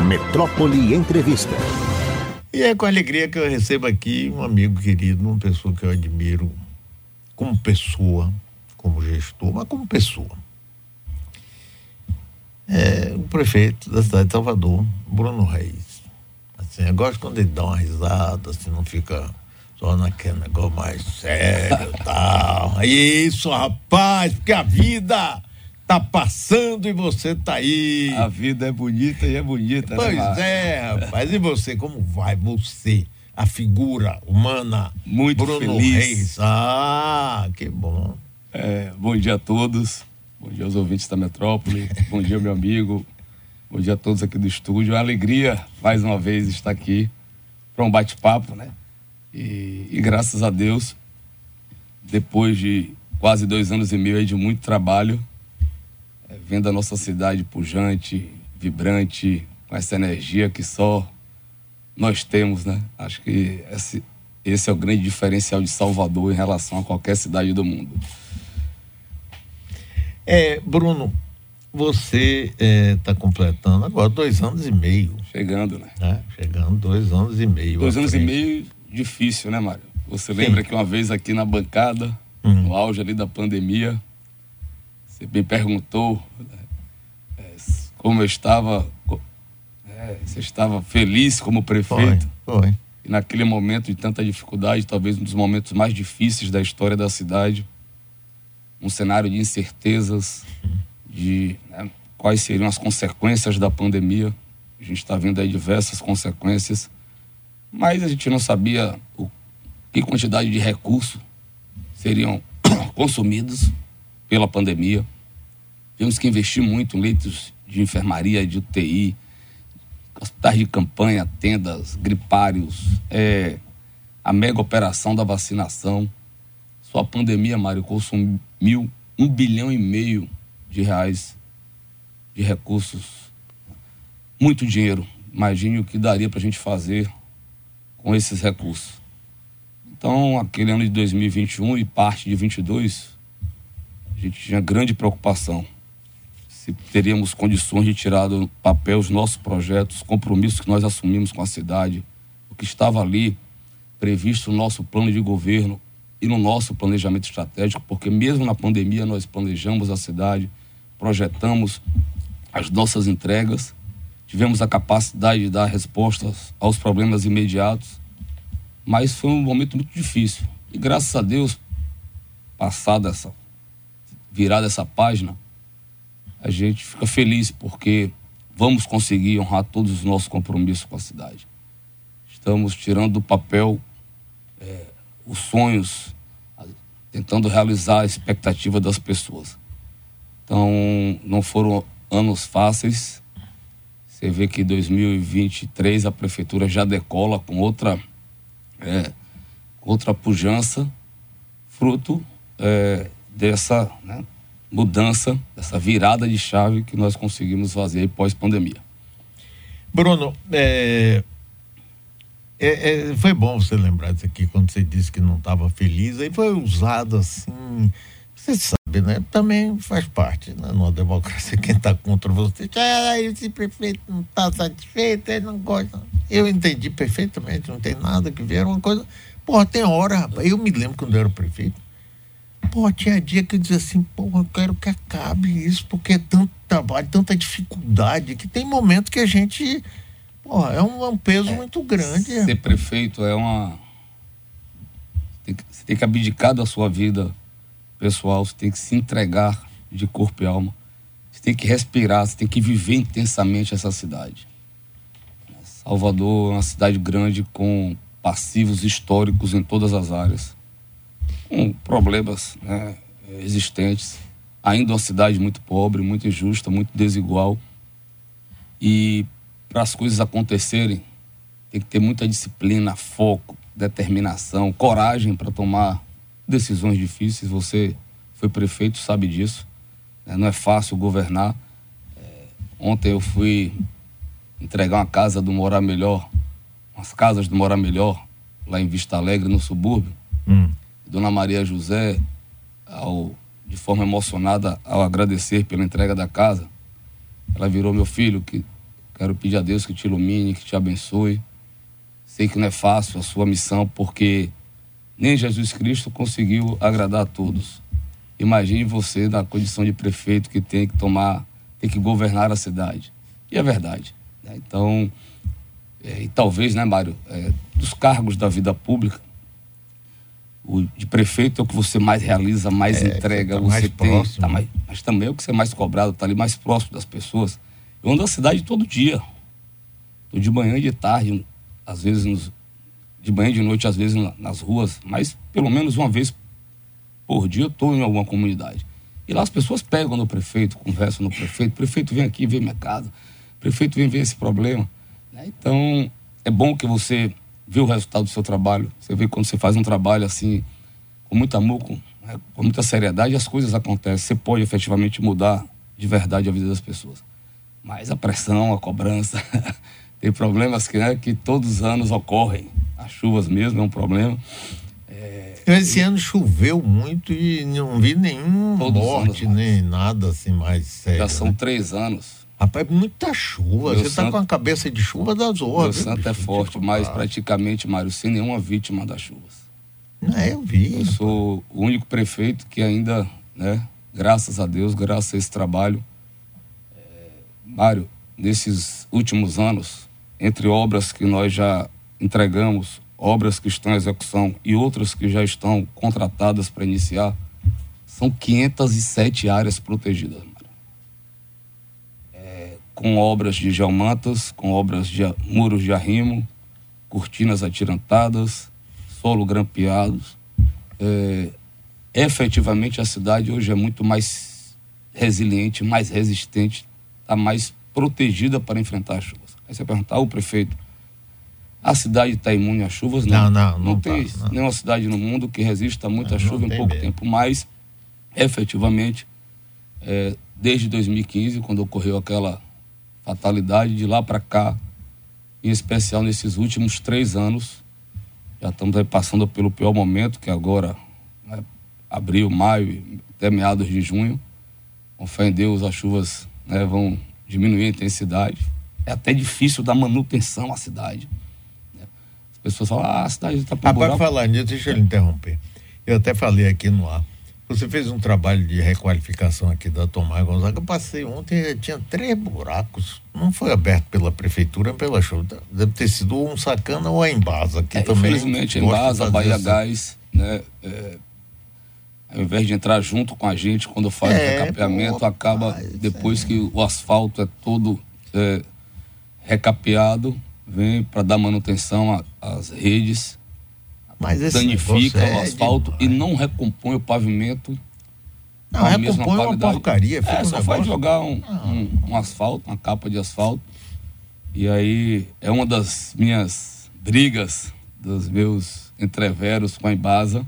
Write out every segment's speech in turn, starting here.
Metrópole Entrevista. E é com alegria que eu recebo aqui um amigo querido, uma pessoa que eu admiro como pessoa, como gestor, mas como pessoa. É o prefeito da cidade de Salvador, Bruno Reis. Assim, eu gosto quando ele dá uma risada, assim, não fica só naquele negócio mais sério e tal. Isso, rapaz, porque a vida tá passando e você tá aí. A vida é bonita e é bonita, pois né, Márcio? Rapaz. E você, como vai? Você, a figura humana, muito Bruno feliz. Reis. Ah, que bom. Bom dia a todos. Bom dia aos ouvintes da Metrópole. Bom dia, meu amigo. Bom dia a todos aqui do estúdio. É uma alegria, mais uma vez, estar aqui para um bate-papo, né? E graças a Deus, depois de quase 2 anos e meio aí de muito trabalho, vendo a nossa cidade pujante, vibrante, com essa energia que só nós temos, né? Acho que esse é o grande diferencial de Salvador em relação a qualquer cidade do mundo. Bruno, você está completando agora 2 anos e meio. Chegando, né? Chegando 2 anos e meio. 2 anos e meio difícil, né, Mário? Você lembra que uma vez aqui na bancada, no auge ali da pandemia, você me perguntou como eu estava, você estava feliz como prefeito. Foi. E naquele momento de tanta dificuldade, talvez um dos momentos mais difíceis da história da cidade, um cenário de incertezas, de quais seriam as consequências da pandemia. A gente está vendo aí diversas consequências, mas a gente não sabia que quantidade de recursos seriam consumidos pela pandemia. Tivemos que investir muito em leitos de enfermaria, de UTI, hospitais de campanha, tendas, gripários, a mega operação da vacinação. Só a pandemia, Mário, consumiu R$1,5 bilhão de reais de recursos. Muito dinheiro. Imagine o que daria para a gente fazer com esses recursos. Então, aquele ano de 2021 e parte de 2022, a gente tinha grande preocupação se teríamos condições de tirar do papel os nossos projetos, os compromissos que nós assumimos com a cidade, o que estava ali previsto no nosso plano de governo e no nosso planejamento estratégico, porque mesmo na pandemia nós planejamos a cidade, projetamos as nossas entregas, tivemos a capacidade de dar respostas aos problemas imediatos, mas foi um momento muito difícil. E graças a Deus, virada essa página, a gente fica feliz porque vamos conseguir honrar todos os nossos compromissos com a cidade. Estamos tirando do papel os sonhos, tentando realizar a expectativa das pessoas. Então, não foram anos fáceis. Você vê que em 2023 a prefeitura já decola com outra pujança, fruto dessa mudança, dessa virada de chave que nós conseguimos fazer pós-pandemia. Bruno, foi bom você lembrar disso aqui, quando você disse que não estava feliz, aí foi usado assim, você sabe, né? Também faz parte, né? Numa democracia, quem está contra você, esse prefeito não está satisfeito, ele não gosta. Eu entendi perfeitamente, não tem nada que ver, uma coisa, tem hora, rapaz, eu me lembro quando eu era prefeito, tinha dia que eu dizia assim, eu quero que acabe isso, porque é tanto trabalho, tanta dificuldade, que tem momento que a gente, é um peso muito grande. Ser prefeito você tem que abdicar da sua vida pessoal, você tem que se entregar de corpo e alma, você tem que respirar, você tem que viver intensamente essa cidade. Salvador é uma cidade grande com passivos históricos em todas as áreas, com problemas existentes, ainda uma cidade muito pobre, muito injusta, muito desigual, e para as coisas acontecerem tem que ter muita disciplina, foco, determinação, coragem para tomar decisões difíceis. Você foi prefeito, sabe disso, não é fácil governar. Ontem eu fui entregar uma casa do Morar Melhor, umas casas do Morar Melhor, lá em Vista Alegre, no subúrbio. Dona Maria José, de forma emocionada, ao agradecer pela entrega da casa, ela virou: meu filho, que Quero pedir a Deus que te ilumine, que te abençoe. Sei que não é fácil a sua missão, porque nem Jesus Cristo conseguiu agradar a todos. Imagine você na condição de prefeito que tem que governar a cidade. E é verdade, né? Então, e talvez, né, Mário, dos cargos da vida pública, o de prefeito é o que você mais realiza, mais entrega, tá você mais tem, próximo. mas também é o que você é mais cobrado, tá ali mais próximo das pessoas. Eu ando na cidade todo dia. Tô de manhã e de tarde, às vezes de manhã e de noite, às vezes nas ruas, mas pelo menos uma vez por dia eu estou em alguma comunidade. E lá as pessoas pegam no prefeito, conversam no prefeito, prefeito vem aqui ver minha casa, prefeito vem ver esse problema, né? Então, é bom que você vê o resultado do seu trabalho. Você vê quando você faz um trabalho assim, com muito amor, com muita seriedade, as coisas acontecem. Você pode efetivamente mudar de verdade a vida das pessoas. Mas a pressão, a cobrança, tem problemas que todos os anos ocorrem. As chuvas mesmo é um problema. Esse ano choveu muito e não vi nenhuma Todos os morte, anos nem nada assim mais sério. Já são né? 3 anos. Rapaz, muita chuva. Meu Você tá santo- com a cabeça de chuva das Meu horas. santo é forte, mas praticamente, Mário, sem nenhuma vítima das chuvas. Eu vi. Eu sou o único prefeito que ainda, né, graças a Deus, graças a esse trabalho, Mário, nesses últimos anos, entre obras que nós já entregamos, obras que estão em execução e outras que já estão contratadas para iniciar, são 507 áreas protegidas, Mário. Com obras de geomantas, com obras de muros de arrimo, cortinas atirantadas, solo grampeados. Efetivamente a cidade hoje é muito mais resiliente, mais resistente, está mais protegida para enfrentar as chuvas. Aí você perguntar, o prefeito, a cidade está imune às chuvas? Não tem nenhuma cidade no mundo que resista a muita chuva em pouco tempo, mas efetivamente desde 2015, quando ocorreu aquela fatalidade, de lá para cá, em especial nesses últimos 3 anos, já estamos aí passando pelo pior momento, que agora, né, abril, maio, até meados de junho. Com fé em Deus, as chuvas, né, vão diminuir a intensidade. É até difícil dar manutenção à cidade, né? As pessoas falam, a cidade está por buraco. Para falar nisso, deixa eu lhe interromper. Eu até falei aqui no ar. Você fez um trabalho de requalificação aqui da Tomás Gonzaga. Eu passei ontem, tinha 3 buracos. Não foi aberto pela prefeitura, pela chuva. Deve ter sido um Sacana ou a Embasa. Que também infelizmente, a Embasa, a Bahia Gás, né, ao invés de entrar junto com a gente, quando faz o recapeamento, acaba, depois que o asfalto é todo recapeado, vem para dar manutenção às redes, mas danifica o asfalto e não recompõe o pavimento. Não, recompõe uma porcaria. Só faz jogar um asfalto, uma capa de asfalto. E aí é uma das minhas brigas, dos meus entreveros com a Embasa.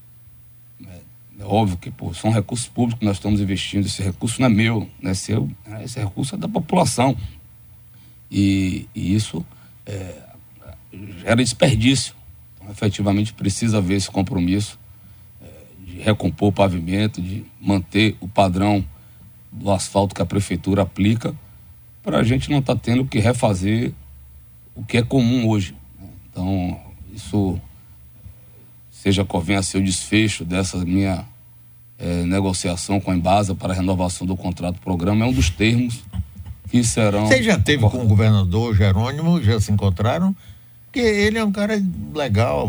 É óbvio que são recursos públicos que nós estamos investindo. Esse recurso não é meu, não é seu, esse recurso é da população. E isso gera desperdício. Então, efetivamente, precisa haver esse compromisso de recompor o pavimento, de manter o padrão do asfalto que a prefeitura aplica, para a gente não estar tendo que refazer o que é comum hoje, né? Então, isso, seja qual venha a ser o desfecho dessa minha negociação com a Embasa para a renovação do contrato do programa, é um dos termos que serão... Você já teve com o governador Jerônimo, já se encontraram? Porque ele é um cara legal,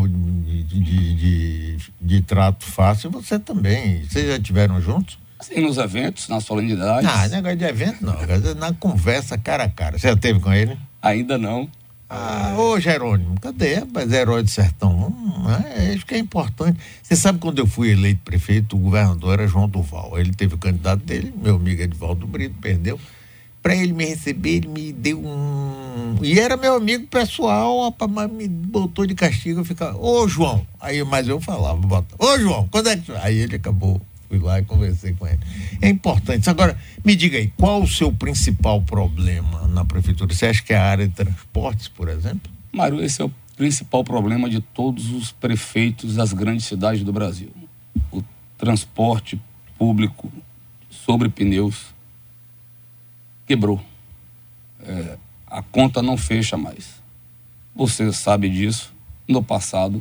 de trato fácil, você também. Vocês já estiveram juntos? Sim, nos eventos, nas solenidades. Negócio de evento não, na conversa cara a cara. Você já teve com ele? Ainda não. Ô Jerônimo, cadê, rapaz, herói do sertão? Acho que é importante. Você sabe, quando eu fui eleito prefeito, o governador era João Duval. Ele teve o candidato dele, meu amigo Edivaldo Brito, perdeu. Para ele me receber, ele me deu e era meu amigo pessoal, mas me botou de castigo. Eu ficava, ô João, mas eu falava, ô João, quando é que... Aí ele acabou, fui lá e conversei com ele. É importante. Agora, me diga aí, qual o seu principal problema na prefeitura? Você acha que é a área de transportes, por exemplo? Mário, esse é o principal problema de todos os prefeitos das grandes cidades do Brasil. O transporte público sobre pneus quebrou. A conta não fecha mais. Você sabe disso. No passado,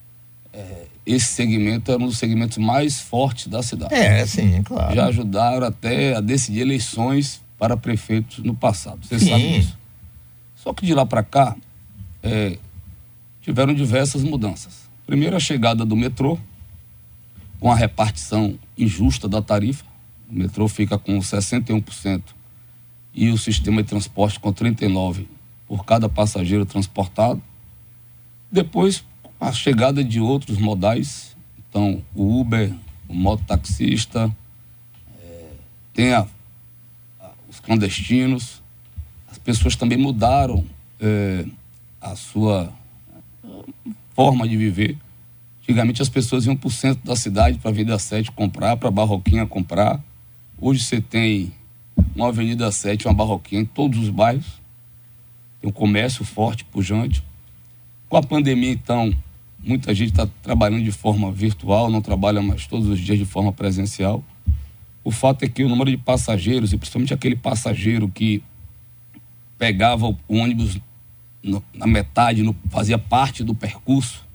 esse segmento era um dos segmentos mais fortes da cidade. Sim, claro. Já ajudaram até a decidir eleições para prefeitos no passado. Você sabe disso. Só que de lá para cá, tiveram diversas mudanças. Primeiro, a chegada do metrô, com a repartição injusta da tarifa. O metrô fica com 61% e o sistema de transporte com 39% por cada passageiro transportado. Depois, a chegada de outros modais, então o Uber, o mototaxista, tem os clandestinos. As pessoas também mudaram a sua forma de viver. Antigamente as pessoas iam para o centro da cidade, para a Avenida 7 comprar, para a Barroquinha comprar. Hoje você tem uma Avenida 7, uma Barroquinha em todos os bairros. Tem um comércio forte, pujante. Com a pandemia, então, muita gente está trabalhando de forma virtual, não trabalha mais todos os dias de forma presencial. O fato é que o número de passageiros, e principalmente aquele passageiro que pegava o ônibus na metade, fazia parte do percurso,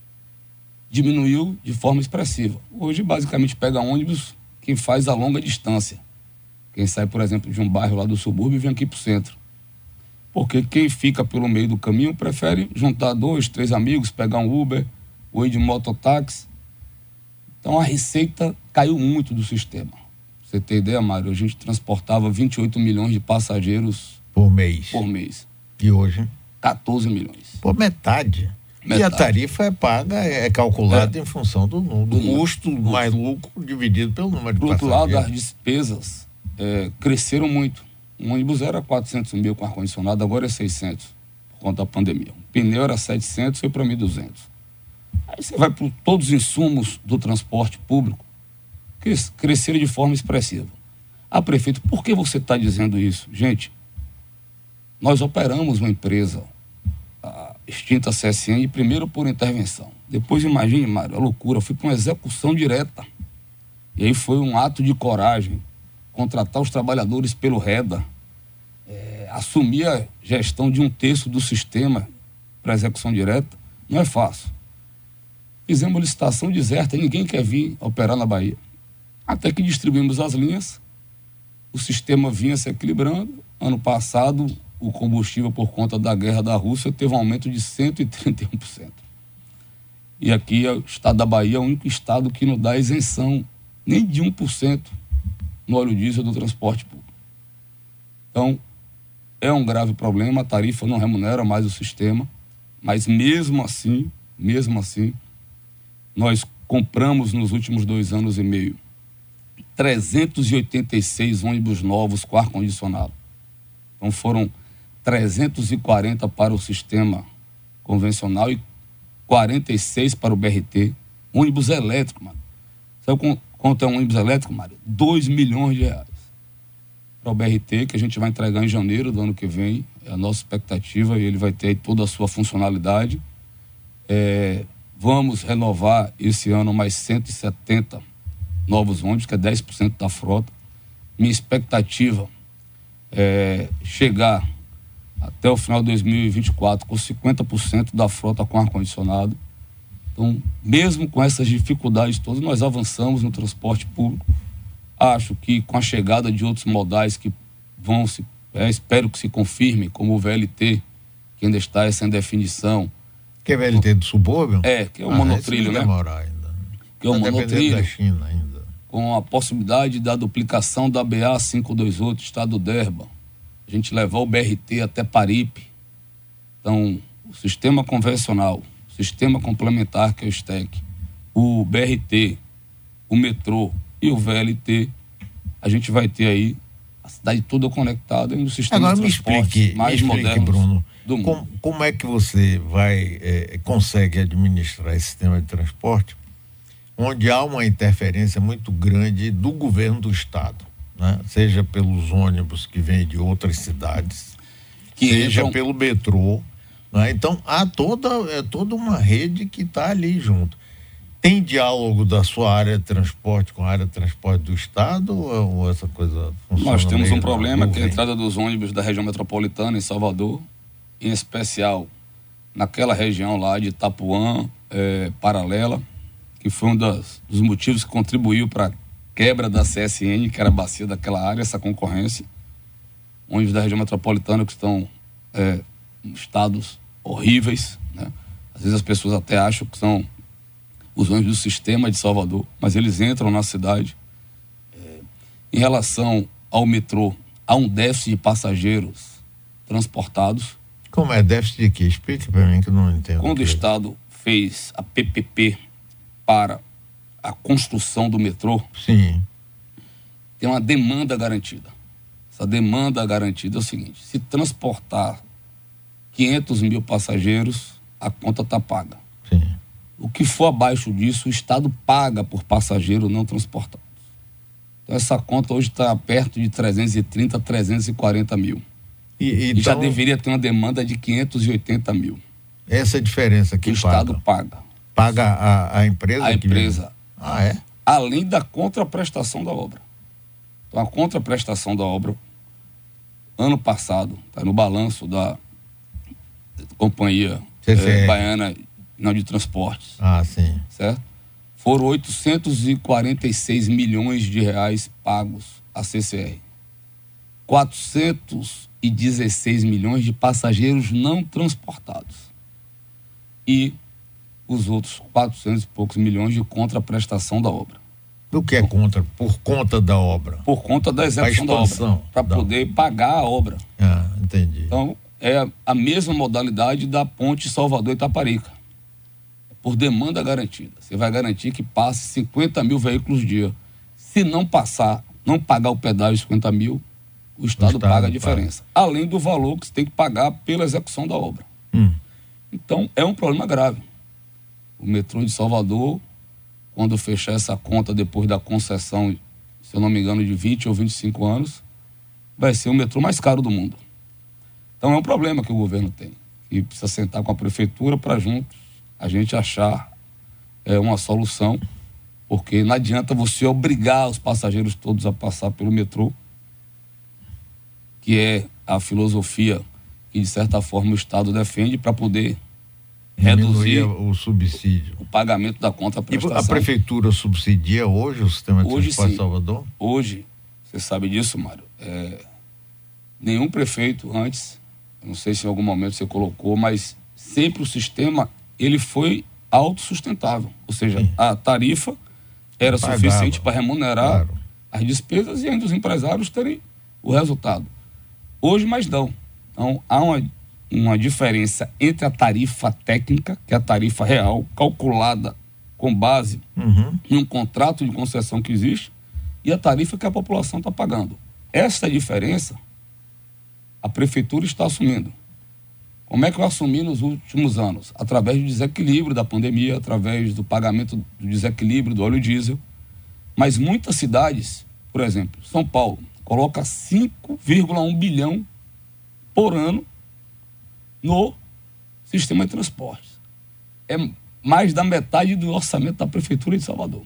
diminuiu de forma expressiva. Hoje, basicamente, pega ônibus quem faz a longa distância. Quem sai, por exemplo, de um bairro lá do subúrbio e vem aqui para o centro. Porque quem fica pelo meio do caminho prefere juntar 2, 3 amigos, pegar um Uber ou ir de mototáxi. Então a receita caiu muito do sistema. Pra você ter ideia, Mário, a gente transportava 28 milhões de passageiros por mês. E hoje? 14 milhões. Por metade. E a tarifa é paga, é calculada em função do custo mais lucro dividido pelo número de passageiros. Por outro lado, as despesas cresceram muito. Um ônibus era 400 mil com ar-condicionado, agora é 600, por conta da pandemia. Um pneu era 700, foi para 1.200. Aí você vai para todos os insumos do transporte público, que cresceram de forma expressiva. Prefeito, por que você está dizendo isso? Gente, nós operamos uma empresa, a extinta CSN, primeiro por intervenção. Depois, imagine, Mário, a loucura, fui para uma execução direta. E aí foi um ato de coragem, contratar os trabalhadores pelo REDA, assumir a gestão de 1/3 do sistema para execução direta, não é fácil. Fizemos licitação deserta, ninguém quer vir operar na Bahia. Até que distribuímos as linhas, o sistema vinha se equilibrando. Ano passado, o combustível, por conta da guerra da Rússia, teve um aumento de 131%. E aqui, o estado da Bahia é o único estado que não dá isenção nem de 1% no óleo diesel do transporte público. Então, é um grave problema, a tarifa não remunera mais o sistema, mas mesmo assim, nós compramos nos últimos 2 anos e meio 386 ônibus novos com ar-condicionado. Então foram 340 para o sistema convencional e 46 para o BRT. Ônibus elétrico, mano. Sabe quanto é um ônibus elétrico, Mário? 2 milhões de reais. Para o BRT, que a gente vai entregar em janeiro do ano que vem, é a nossa expectativa, e ele vai ter toda a sua funcionalidade. Vamos renovar esse ano mais 170 novos ônibus, que é 10% da frota. Minha expectativa é chegar até o final de 2024 com 50% da frota com ar-condicionado. Então, mesmo com essas dificuldades todas, nós avançamos no transporte público. Acho que com a chegada de outros modais que vão espero que se confirme, como o VLT, que ainda está sem definição. Que é VLT do subúrbio? Que é o monotrilho, né? Ainda. Que é o monotrilho. Da China ainda. Com a possibilidade da duplicação da BA 528, estado do Derba. A gente levar o BRT até Paripe. Então, o sistema convencional, o sistema complementar, que é o STEC, o BRT, o metrô e o VLT, a gente vai ter aí a cidade toda conectada no sistema de transporte mais moderno, Bruno, do mundo. Como é que você consegue administrar esse sistema de transporte onde há uma interferência muito grande do governo do estado, né? Seja pelos ônibus que vêm de outras cidades, seja pelo metrô, né? Então há toda uma rede que está ali junto. Tem diálogo da sua área de transporte com a área de transporte do estado ou essa coisa funciona? Nós temos um problema que é a entrada dos ônibus da região metropolitana em Salvador em especial naquela região lá de Itapuã, Paralela, que foi um dos motivos que contribuiu para a quebra da CSN, que era a bacia daquela área, essa concorrência. Ônibus da região metropolitana que estão em estados horríveis, né? Às vezes as pessoas até acham que são os ônibus do sistema de Salvador, mas eles entram na cidade. Em relação ao metrô, há um déficit de passageiros transportados. Como é déficit de quê? Explique para mim que eu não entendo. Quando o Estado fez a PPP para a construção do metrô, sim, tem uma demanda garantida. Essa demanda garantida é o seguinte: se transportar 500 mil passageiros, a conta está paga. sim. O que for abaixo disso, o Estado paga por passageiro não transportado. Então essa conta hoje está perto de 330, 340 mil. E Então, já deveria ter uma demanda de 580 mil. essa é a diferença que o Estado paga. Paga a empresa? A empresa. É? Além da contraprestação da obra. Então a contraprestação da obra, ano passado, está no balanço da Companhia Baiana de Transportes. Sim. Certo? Foram 846 milhões de reais pagos à CCR. 416 milhões de passageiros não transportados. E os outros 400 e poucos milhões de contraprestação da obra. O que é contra? Por conta da obra? Por conta da execução da obra. Para poder pagar a obra. Entendi. Então, é a mesma modalidade da ponte Salvador-Itaparica. Por demanda garantida. Você vai garantir que passe 50 mil veículos dia. Se não passar, não pagar o pedágio de 50 mil, o Estado paga a diferença. Além do valor que você tem que pagar pela execução da obra. Então, é um problema grave. O metrô de Salvador, quando fechar essa conta depois da concessão, se eu não me engano, de 20 ou 25 anos, vai ser o metrô mais caro do mundo. Então, é um problema que o governo tem. E precisa sentar com a prefeitura para juntos a gente achar uma solução, porque não adianta você obrigar os passageiros todos a passar pelo metrô, que é a filosofia que, de certa forma, o Estado defende para poder reduzir o subsídio, o pagamento da contraprestação. E a prefeitura subsidia hoje o sistema de transporte de Salvador? Hoje, você sabe disso, Mário, nenhum prefeito antes, eu não sei se em algum momento você colocou, mas sempre o sistema ele foi autossustentável, ou seja, a tarifa era suficiente para remunerar as despesas e ainda os empresários terem o resultado. Hoje, mais não. Então, há uma diferença entre a tarifa técnica, que é a tarifa real, calculada com base em um contrato de concessão que existe, e a tarifa que a população está pagando. Essa diferença, a prefeitura está assumindo. Como é que eu assumi nos últimos anos? Através do desequilíbrio da pandemia, através do pagamento do desequilíbrio do óleo diesel. Mas muitas cidades, por exemplo, São Paulo, coloca 5,1 bilhão por ano no sistema de transportes. É mais da metade do orçamento da Prefeitura de Salvador.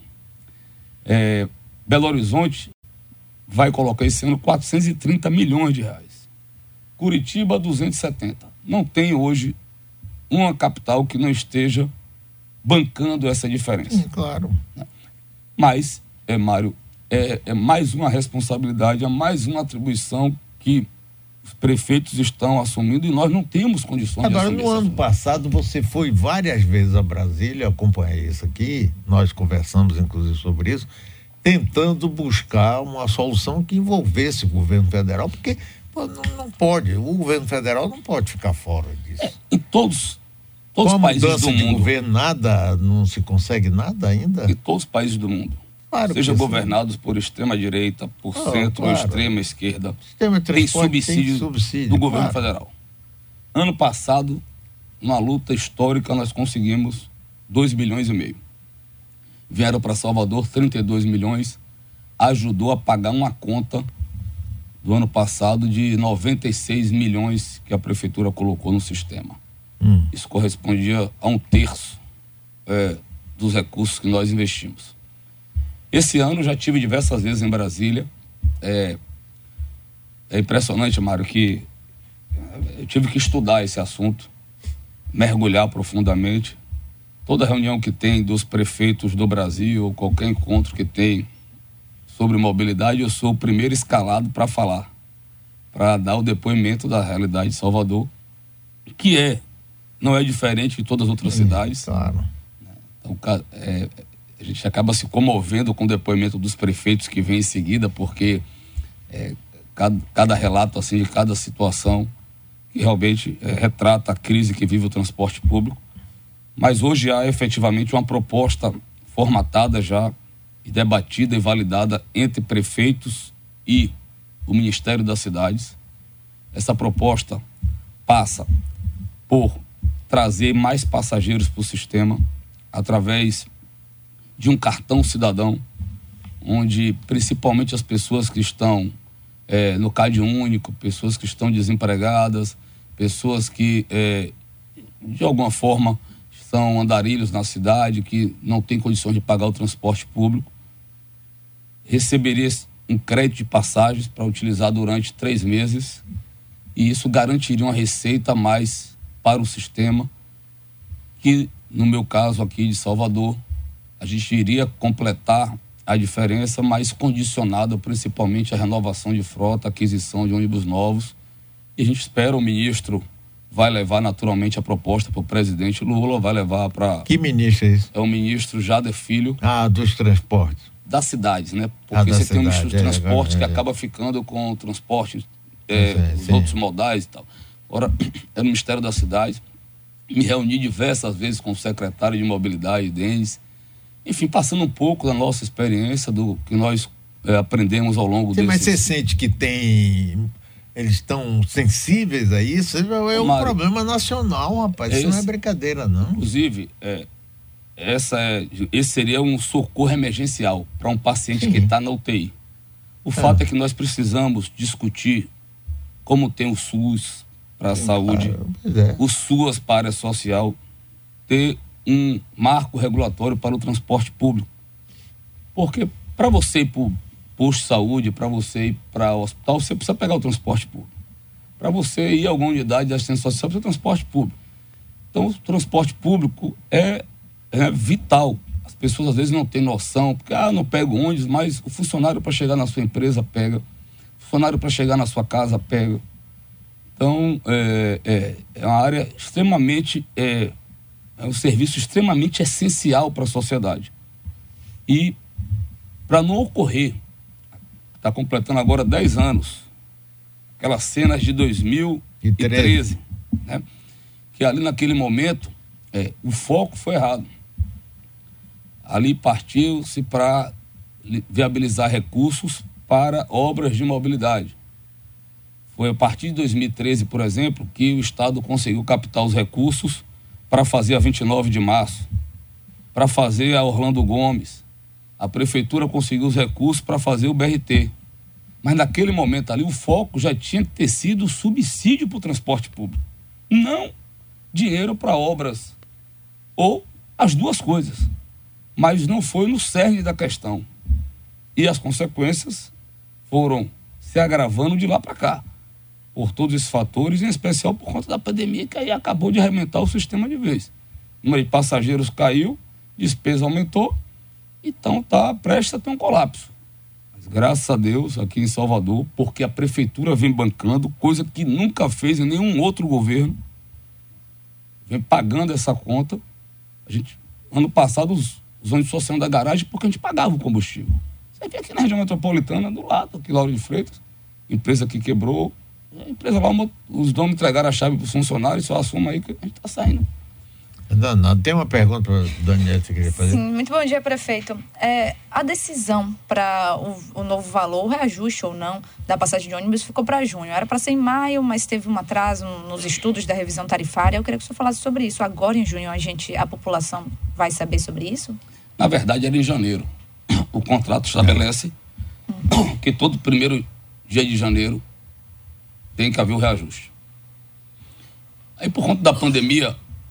Belo Horizonte vai colocar esse ano 430 milhões de reais. Curitiba, 270. Não tem hoje uma capital que não esteja bancando essa diferença. Sim, claro. Mas, Mário, é mais uma responsabilidade, é mais uma atribuição que os prefeitos estão assumindo e nós não temos condições de assumir. Agora, no ano passado, você foi várias vezes a Brasília, acompanhei isso aqui, nós conversamos inclusive sobre isso, tentando buscar uma solução que envolvesse o governo federal, porque não pode, o governo federal não pode ficar fora disso. Em todos os países do mundo. Governo, não se consegue nada ainda? Em todos os países do mundo. Claro, seja governados por extrema-direita, por centro ou extrema-esquerda, tem subsídio do governo federal. Ano passado, numa luta histórica, nós conseguimos 2,5 bilhões. Vieram para Salvador 32 milhões, ajudou a pagar uma conta do ano passado de 96 milhões que a prefeitura colocou no sistema. Isso correspondia a 1/3 dos recursos que nós investimos. Esse ano já tive diversas vezes em Brasília. É impressionante, Mário, que eu tive que estudar esse assunto, mergulhar profundamente. Toda reunião que tem dos prefeitos do Brasil, ou qualquer encontro que tem sobre mobilidade, eu sou o primeiro escalado para falar, para dar o depoimento da realidade de Salvador, que não é diferente de todas as outras cidades. Claro. Então, a gente acaba se comovendo com o depoimento dos prefeitos que vem em seguida, porque cada relato assim, de cada situação que realmente retrata a crise que vive o transporte público. Mas hoje há efetivamente uma proposta formatada já, e debatida e validada entre prefeitos e o Ministério das Cidades. Essa proposta passa por trazer mais passageiros para o sistema através de um cartão cidadão, onde principalmente as pessoas que estão no CAD único, pessoas que estão desempregadas, pessoas que de alguma forma são andarilhos na cidade, que não têm condições de pagar o transporte público, receberia um crédito de passagens para utilizar durante 3 meses, e isso garantiria uma receita a mais para o sistema, que no meu caso aqui de Salvador, a gente iria completar a diferença, mas condicionada principalmente à renovação de frota, aquisição de ônibus novos, e a gente espera o ministro vai levar naturalmente a proposta para o presidente Lula, vai levar para... Que ministro é isso? É o ministro Jader Filho. Dos transportes. Das cidades, né? Porque você tem o ministro dos transportes que acaba ficando com o transporte, os outros modais e tal. Agora, é o Ministério das Cidades. Me reuni diversas vezes com o secretário de Mobilidade, Denis. Enfim, passando um pouco da nossa experiência, do que nós aprendemos ao longo desses... Mas você sente que eles estão sensíveis a isso? É um problema nacional, rapaz. Isso não é brincadeira, não. Inclusive, esse seria um socorro emergencial para um paciente que está na UTI. O fato é que nós precisamos discutir como tem o SUS para a saúde, o SUAS para a área social, ter um marco regulatório para o transporte público. Porque para você ir para o posto de saúde, para você ir para o hospital, você precisa pegar o transporte público. Para você ir a alguma unidade de assistência social, precisa transporte público. Então, o transporte público é vital. As pessoas às vezes não têm noção, porque não pego ônibus, mas o funcionário para chegar na sua empresa pega, o funcionário para chegar na sua casa pega. Então, é uma área extremamente, é um serviço extremamente essencial para a sociedade. E para não ocorrer, está completando agora 10 anos, aquelas cenas de 2013, né? Que ali naquele momento o foco foi errado. Ali partiu-se para viabilizar recursos para obras de mobilidade. Foi a partir de 2013, por exemplo, que o Estado conseguiu captar os recursos para fazer a 29 de março, para fazer a Orlando Gomes. A Prefeitura conseguiu os recursos para fazer o BRT. Mas naquele momento ali, o foco já tinha que ter sido subsídio para o transporte público. Não dinheiro para obras. Ou as duas coisas. Mas não foi no cerne da questão. E as consequências foram se agravando de lá para cá. Por todos esses fatores, em especial por conta da pandemia, que aí acabou de arrebentar o sistema de vez. O número de passageiros caiu, despesa aumentou, então está prestes a ter um colapso. Mas graças a Deus, aqui em Salvador, porque a prefeitura vem bancando, coisa que nunca fez em nenhum outro governo, vem pagando essa conta. A gente, ano passado, os ônibus só saíram da garagem porque a gente pagava o combustível. Você vê aqui na região metropolitana, do lado, aqui Lauro de Freitas, empresa que quebrou, a empresa lá, os donos entregaram a chave para os funcionários, só assuma aí que a gente está saindo. Não, tem uma pergunta para o Daniel, você queria fazer? Sim, muito bom dia, prefeito. A decisão para o novo valor, o reajuste ou não, da passagem de ônibus ficou para junho. Era para ser em maio, mas teve um atraso nos estudos da revisão tarifária. Eu queria que o senhor falasse sobre isso. Agora, em junho, a população vai saber sobre isso? Na verdade, era em janeiro. O contrato estabelece que todo primeiro dia de janeiro tem que haver o reajuste. Aí, por conta da pandemia,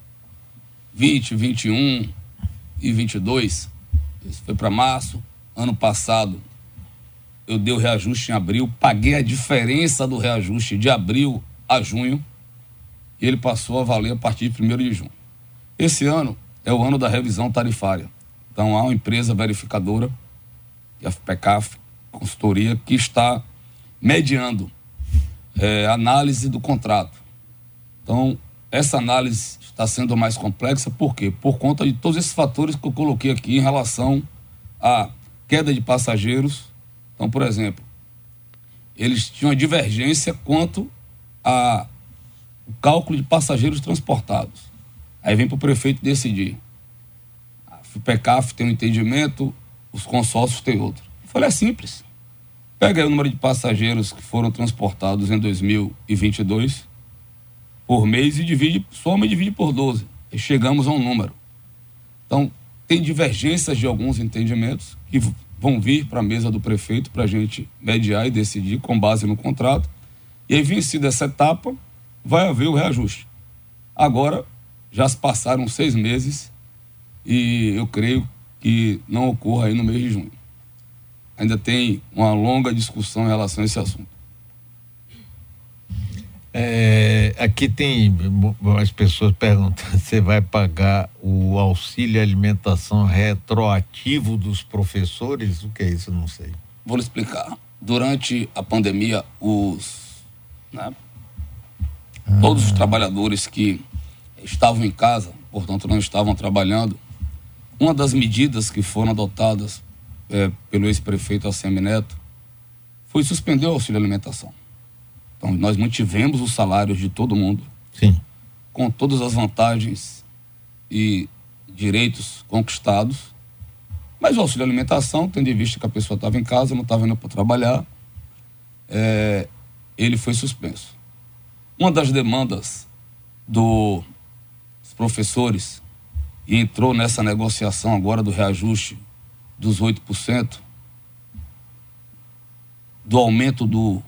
20, 21 e 22, isso foi para março. Ano passado, eu dei o reajuste em abril, paguei a diferença do reajuste de abril a junho e ele passou a valer a partir de 1º de junho. Esse ano é o ano da revisão tarifária. Então há uma empresa verificadora, a FPECAF, consultoria, que está mediando a análise do contrato. Então, essa análise está sendo mais complexa, por quê? Por conta de todos esses fatores que eu coloquei aqui em relação à queda de passageiros. Então, por exemplo, eles tinham uma divergência quanto ao cálculo de passageiros transportados. Aí vem para o prefeito decidir. A FPECAF tem um entendimento, os consórcios têm outro. Eu falei, é simples. Pega aí o número de passageiros que foram transportados em 2022 por mês e soma e divide por 12. E chegamos a um número. Então, tem divergências de alguns entendimentos que vão vir para a mesa do prefeito para a gente mediar e decidir com base no contrato. E aí, vencida essa etapa, vai haver o reajuste. Agora, já se passaram 6 meses e eu creio que não ocorra aí no mês de junho. Ainda tem uma longa discussão em relação a esse assunto. Aqui tem as pessoas perguntando: você vai pagar o auxílio alimentação retroativo dos professores? O que é isso? Eu não sei. Vou lhe explicar. Durante a pandemia, todos os trabalhadores que estavam em casa, portanto não estavam trabalhando, uma das medidas que foram adotadas pelo ex-prefeito ACM Neto foi suspender o auxílio alimentação. Então, nós mantivemos os salários de todo mundo. Sim. Com todas as vantagens e direitos conquistados. Mas o auxílio alimentação, tendo em vista que a pessoa estava em casa, não estava indo para trabalhar, ele foi suspenso. Uma das demandas dos professores, e entrou nessa negociação agora do reajuste dos 8%, do aumento do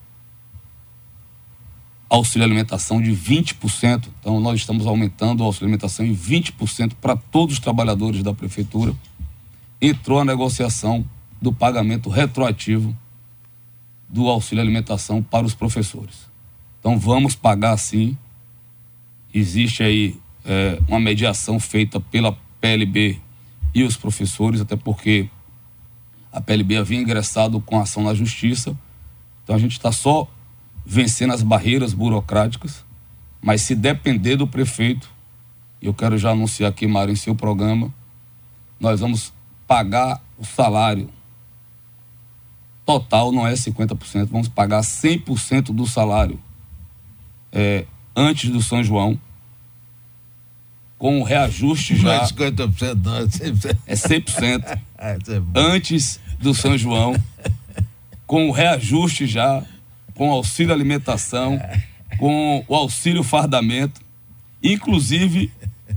auxílio alimentação de 20%. Então, nós estamos aumentando o auxílio alimentação em 20% para todos os trabalhadores da prefeitura. Entrou a negociação do pagamento retroativo do auxílio alimentação para os professores. Então, vamos pagar sim. Existe aí uma mediação feita pela PLB e os professores, até porque a PLB havia ingressado com ação na justiça. Então, a gente está só vencendo as barreiras burocráticas, mas se depender do prefeito, eu quero já anunciar aqui, Mário, em seu programa, nós vamos pagar o salário total, não é 50%, vamos pagar 100% do salário antes do São João, com o reajuste já... Não é 50%, não, é 100%. É 100%. Antes do São João, com o reajuste já, com o auxílio alimentação, com o auxílio fardamento, inclusive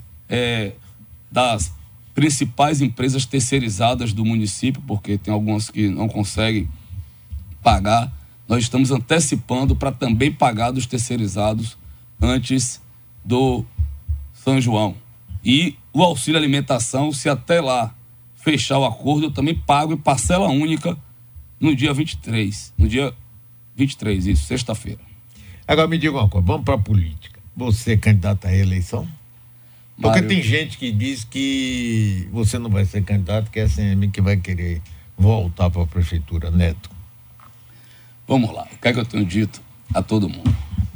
das principais empresas terceirizadas do município, porque tem algumas que não conseguem pagar. Nós estamos antecipando para também pagar dos terceirizados antes do São João. E o auxílio alimentação, se até lá fechar o acordo, eu também pago em parcela única no dia 23. No dia 23, isso, sexta-feira. Agora me diga uma coisa, vamos para a política. Você é candidato à reeleição? Porque Mário, tem gente que diz que você não vai ser candidato, que é a CM que vai querer voltar para a prefeitura. Neto. Vamos lá, o que é que eu tenho dito a todo mundo?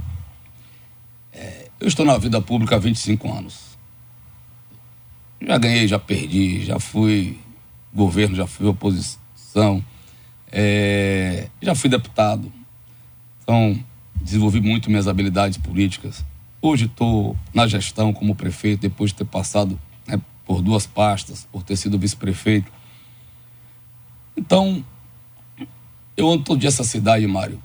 Eu estou na vida pública há 25 anos. Já ganhei, já perdi, já fui governo, já fui oposição, já fui deputado. Então, desenvolvi muito minhas habilidades políticas. Hoje estou na gestão como prefeito, depois de ter passado por 2 pastas, por ter sido vice-prefeito. Então, eu ando todo dia nessa cidade, Mário.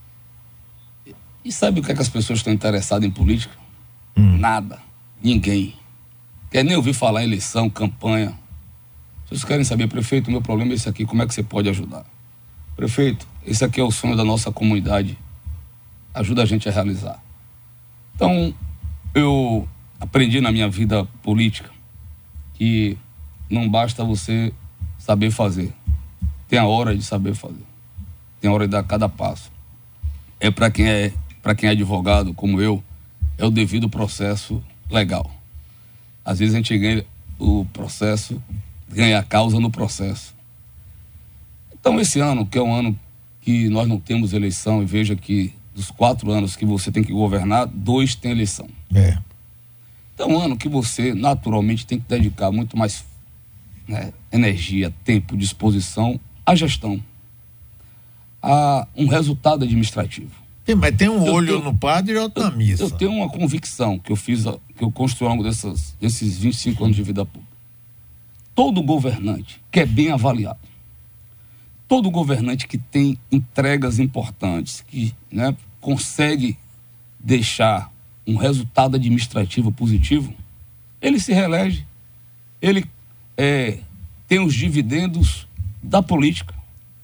E sabe o que é que as pessoas estão interessadas em política? Nada. Ninguém. Quer nem ouvir falar em eleição, campanha. Vocês querem saber, prefeito, o meu problema é esse aqui, como é que você pode ajudar? Prefeito, esse aqui é o sonho da nossa comunidade. Ajuda a gente a realizar. Então, eu aprendi na minha vida política que não basta você saber fazer. Tem a hora de saber fazer. Tem a hora de dar cada passo. É para quem é para quem é advogado, como eu, é o devido processo legal. Às vezes a gente ganha o processo, ganha a causa no processo. Então esse ano, que é um ano que nós não temos eleição, e veja que dos 4 anos que você tem que governar, 2 tem eleição. Então é um ano que você naturalmente tem que dedicar muito mais, né, energia, tempo, disposição à gestão, a um resultado administrativo. Sim, mas tem um olho no padre e outro na missa. Eu tenho uma convicção que eu construí ao longo desses 25 anos de vida pública. Todo governante que é bem avaliado, todo governante que tem entregas importantes, que, né, consegue deixar um resultado administrativo positivo, ele se reelege. Ele tem os dividendos da política.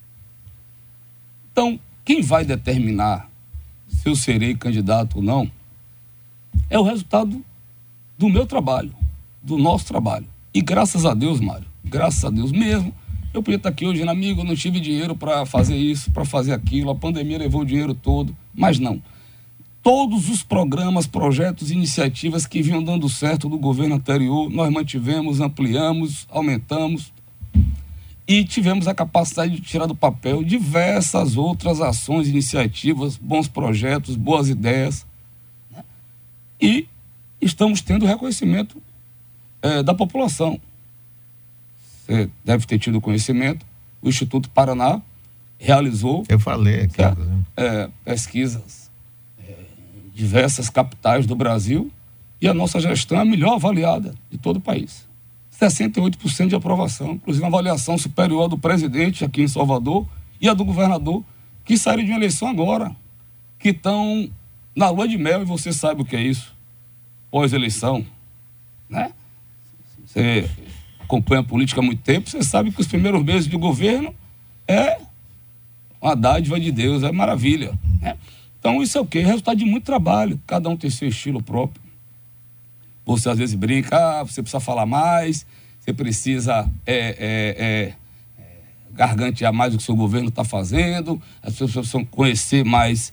Então, quem vai determinar se eu serei candidato ou não é o resultado do meu trabalho, do nosso trabalho. E graças a Deus, Mário, graças a Deus mesmo, eu podia estar aqui hoje, amigo, eu não tive dinheiro para fazer isso, para fazer aquilo, a pandemia levou o dinheiro todo, mas não. Todos os programas, projetos, iniciativas que vinham dando certo do governo anterior, nós mantivemos, ampliamos, aumentamos e tivemos a capacidade de tirar do papel diversas outras ações, iniciativas, bons projetos, boas ideias, né? E estamos tendo reconhecimento da população. Você deve ter tido conhecimento, o Instituto Paraná realizou... Eu falei aqui. Pesquisas em diversas capitais do Brasil e a nossa gestão é a melhor avaliada de todo o país. 68% de aprovação, inclusive uma avaliação superior à do presidente aqui em Salvador e a do governador, que saíram de uma eleição agora, que estão na lua de mel, e você sabe o que é isso, pós-eleição, né? Você acompanha a política há muito tempo, você sabe que os primeiros meses de governo é uma dádiva de Deus, é maravilha, né? Então isso é o quê? Resultado de muito trabalho, cada um tem seu estilo próprio. Você às vezes brinca, você precisa falar mais, você precisa gargantear mais o que o seu governo está fazendo, as pessoas precisam conhecer mais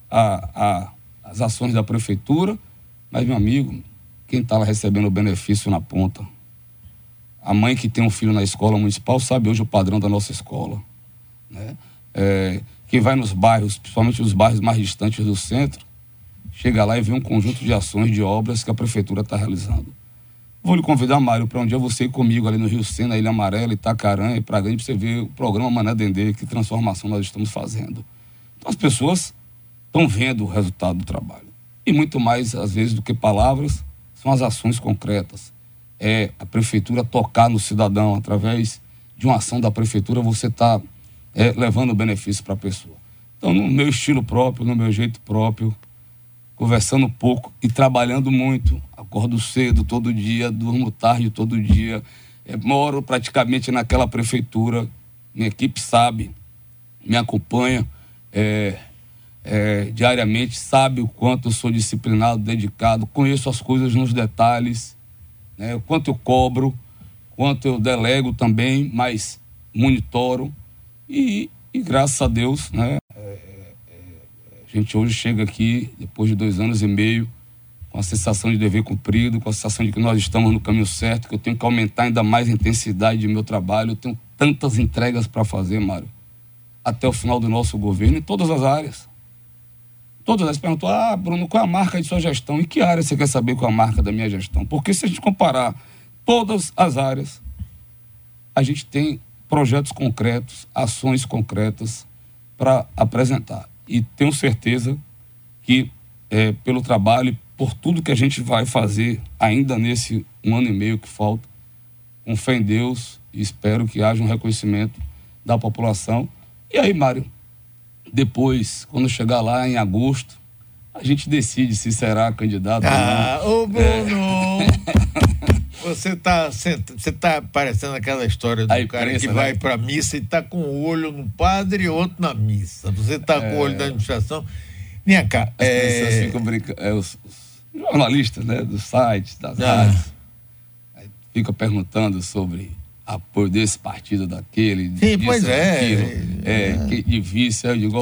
as ações da prefeitura, mas, meu amigo, quem está lá recebendo o benefício na ponta, a mãe que tem um filho na escola municipal sabe hoje o padrão da nossa escola, né? Quem vai nos bairros, principalmente os bairros mais distantes do centro, chega lá e vê um conjunto de ações, de obras que a prefeitura está realizando. Vou lhe convidar, Mário, para um dia você ir comigo ali no Rio Sena, Ilha Amarela, Itacarã e Praganha, para você ver o programa Mané Dendê, que transformação nós estamos fazendo. Então as pessoas estão vendo o resultado do trabalho. E muito mais, às vezes, do que palavras, são as ações concretas. É a prefeitura tocar no cidadão, através de uma ação da prefeitura, você está levando benefício para a pessoa. Então, no meu estilo próprio, no meu jeito próprio, conversando pouco e trabalhando muito. Acordo cedo todo dia, durmo tarde todo dia, moro praticamente naquela prefeitura, minha equipe sabe, me acompanha diariamente, sabe o quanto eu sou disciplinado, dedicado, conheço as coisas nos detalhes, né, o quanto eu cobro, quanto eu delego também, mas monitoro e graças a Deus, né, a gente hoje chega aqui, depois de 2 anos e meio, com a sensação de dever cumprido, com a sensação de que nós estamos no caminho certo, que eu tenho que aumentar ainda mais a intensidade do meu trabalho. Eu tenho tantas entregas para fazer, Mário, até o final do nosso governo, em todas as áreas. Todas elas perguntam, Bruno, qual é a marca de sua gestão? Em que área você quer saber qual é a marca da minha gestão? Porque se a gente comparar todas as áreas, a gente tem projetos concretos, ações concretas para apresentar. E tenho certeza que pelo trabalho e por tudo que a gente vai fazer ainda nesse 1 ano e meio que falta, com fé em Deus, e espero que haja um reconhecimento da população. E aí, Mário, depois, quando chegar lá em agosto, a gente decide se será candidato ou não. Ô Bruno, você tá parecendo aquela história do cara que vai pra missa e tá com o olho no padre e outro na missa. Você tá com o olho da administração. Vem cá. As pessoas ficam brincando, os jornalistas, né, dos sites, das rádios, ficam perguntando sobre apoio desse partido, daquele. Sim, pois daquilo, de vice. Aí eu digo,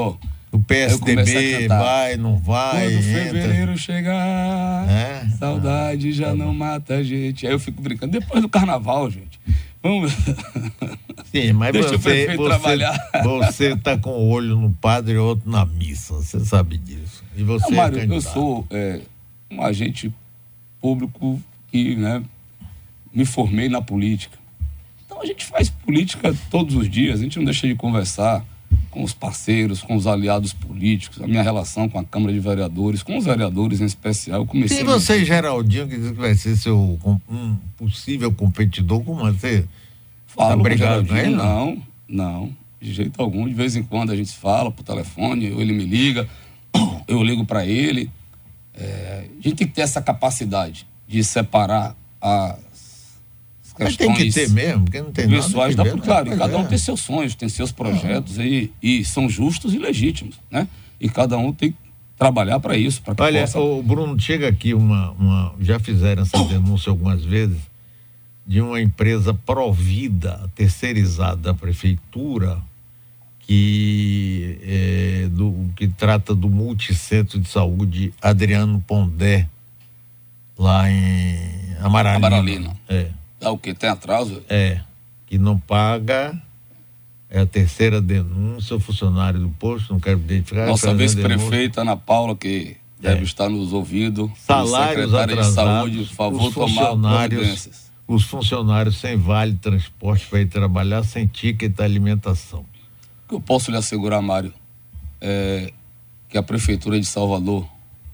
O PSDB vai, não vai. Quando fevereiro chegar, saudade já não mata a gente. Aí eu fico brincando. Depois do carnaval, gente. Vamos. Sim, mas deixa o prefeito trabalhar. Você tá com o olho no padre e outro na missa. Você sabe disso. E você não, Mário, é candidato. eu sou um agente público que, né, me formei na política. Então a gente faz política todos os dias. A gente não deixa de conversar com os parceiros, com os aliados políticos, a minha relação com a Câmara de Vereadores, com os vereadores em especial. Eu comecei. E você, Geraldinho, que diz que vai ser seu possível competidor, como você? Falo com o Geraldinho? Não, de jeito algum. De vez em quando a gente fala por telefone, ele me liga, eu ligo para ele. A gente tem que ter essa capacidade de separar as questões. Mas tem que ter mesmo, porque não tem pessoais nada. Claro, cada um tem seus sonhos, tem seus projetos e são justos e legítimos, né? E cada um tem que trabalhar para isso. Olha, o Bruno, chega aqui já fizeram essa denúncia algumas vezes, de uma empresa Provida, terceirizada da prefeitura, que trata do multicentro de saúde Adriano Pondé, lá em Amaralina. O que? Tem atraso? Que não paga. É a terceira denúncia, o funcionário do posto, não quero identificar. Nossa vice-prefeita Ana Paula, que deve estar nos ouvindo. Salários atrasados, de saúde, por favor, tomar providências. Os funcionários sem vale transporte para ir trabalhar, sem ticket de alimentação. O que eu posso lhe assegurar, Mário, é que a Prefeitura de Salvador,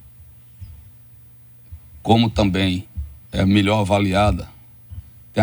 como também é a melhor avaliada, é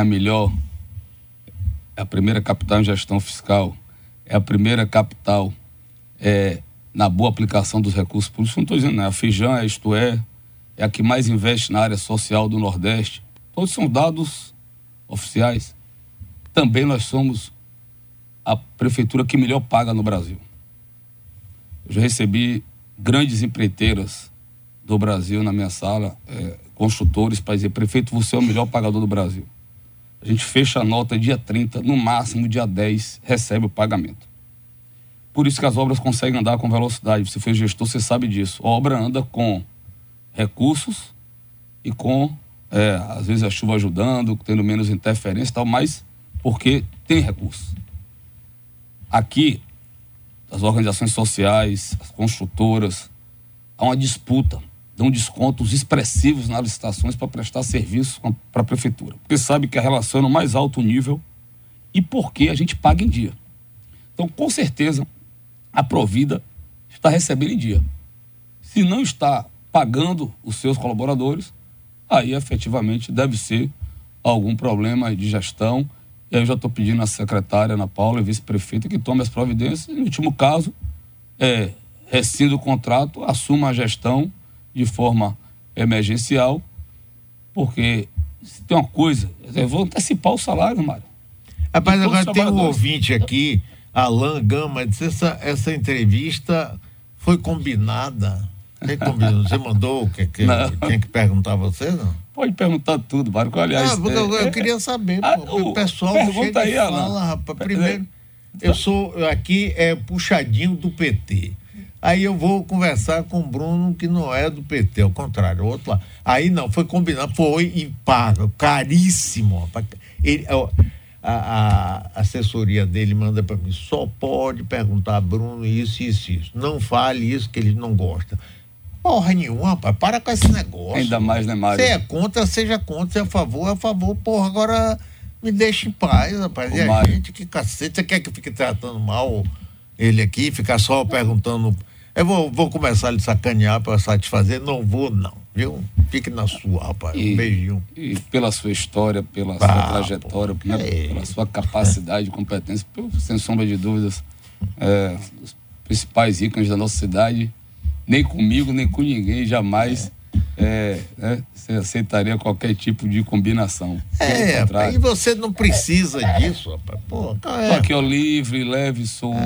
a primeira capital em gestão fiscal, é a primeira capital na boa aplicação dos recursos públicos. Não estou dizendo, né? A Fijan, é a que mais investe na área social do Nordeste. Todos são dados oficiais. Também nós somos a prefeitura que melhor paga no Brasil. Eu já recebi grandes empreiteiras do Brasil na minha sala, construtores, para dizer: prefeito, você é o melhor pagador do Brasil. A gente fecha a nota dia 30, no máximo dia 10, recebe o pagamento. Por isso que as obras conseguem andar com velocidade. Você foi gestor, você sabe disso. A obra anda com recursos e com, às vezes, a chuva ajudando, tendo menos interferência e tal, mas porque tem recursos. Aqui, as organizações sociais, as construtoras, há uma disputa, dão descontos expressivos nas licitações para prestar serviço para a prefeitura. Porque sabe que a relação é no mais alto nível e porque a gente paga em dia. Então, com certeza, a Provida está recebendo em dia. Se não está pagando os seus colaboradores, aí efetivamente deve ser algum problema de gestão. E aí eu já estou pedindo à secretária Ana Paula, vice-prefeita, que tome as providências. No último caso, rescinda o contrato, assuma a gestão de forma emergencial, porque se tem uma coisa, eu vou antecipar o salário, Mário. Rapaz, agora tem um ouvinte aqui, Alain Gama, disse: essa entrevista foi combinada. Você mandou quem que perguntar a você, não? Pode perguntar tudo, Mário. Aliás, eu queria saber, o pessoal chega aí, e fala, rapaz, primeiro, eu sou aqui puxadinho do PT. Aí eu vou conversar com o Bruno, que não é do PT, ao contrário, o outro lá. Aí não, foi combinado, foi e paga, caríssimo. A assessoria dele manda para mim: só pode perguntar a Bruno isso. Não fale isso, que ele não gosta. Porra nenhuma, rapaz, para com esse negócio. Ainda mais, né, Mário? Se é contra, seja contra, se é a favor, porra, agora me deixa em paz, rapaz. E a gente, que cacete, você quer que eu fique tratando mal ele aqui, ficar só perguntando? Eu vou começar a lhe sacanear para satisfazer? Não vou, não, viu? Fique na sua, rapaz. Um beijinho. E pela sua história, pela sua trajetória, pela sua capacidade, competência, sem sombra de dúvidas, os principais ícones da nossa cidade, nem comigo, nem com ninguém, jamais você aceitaria qualquer tipo de combinação. E você não precisa disso, rapaz. Pô, Tô aqui, livre, leve, solto,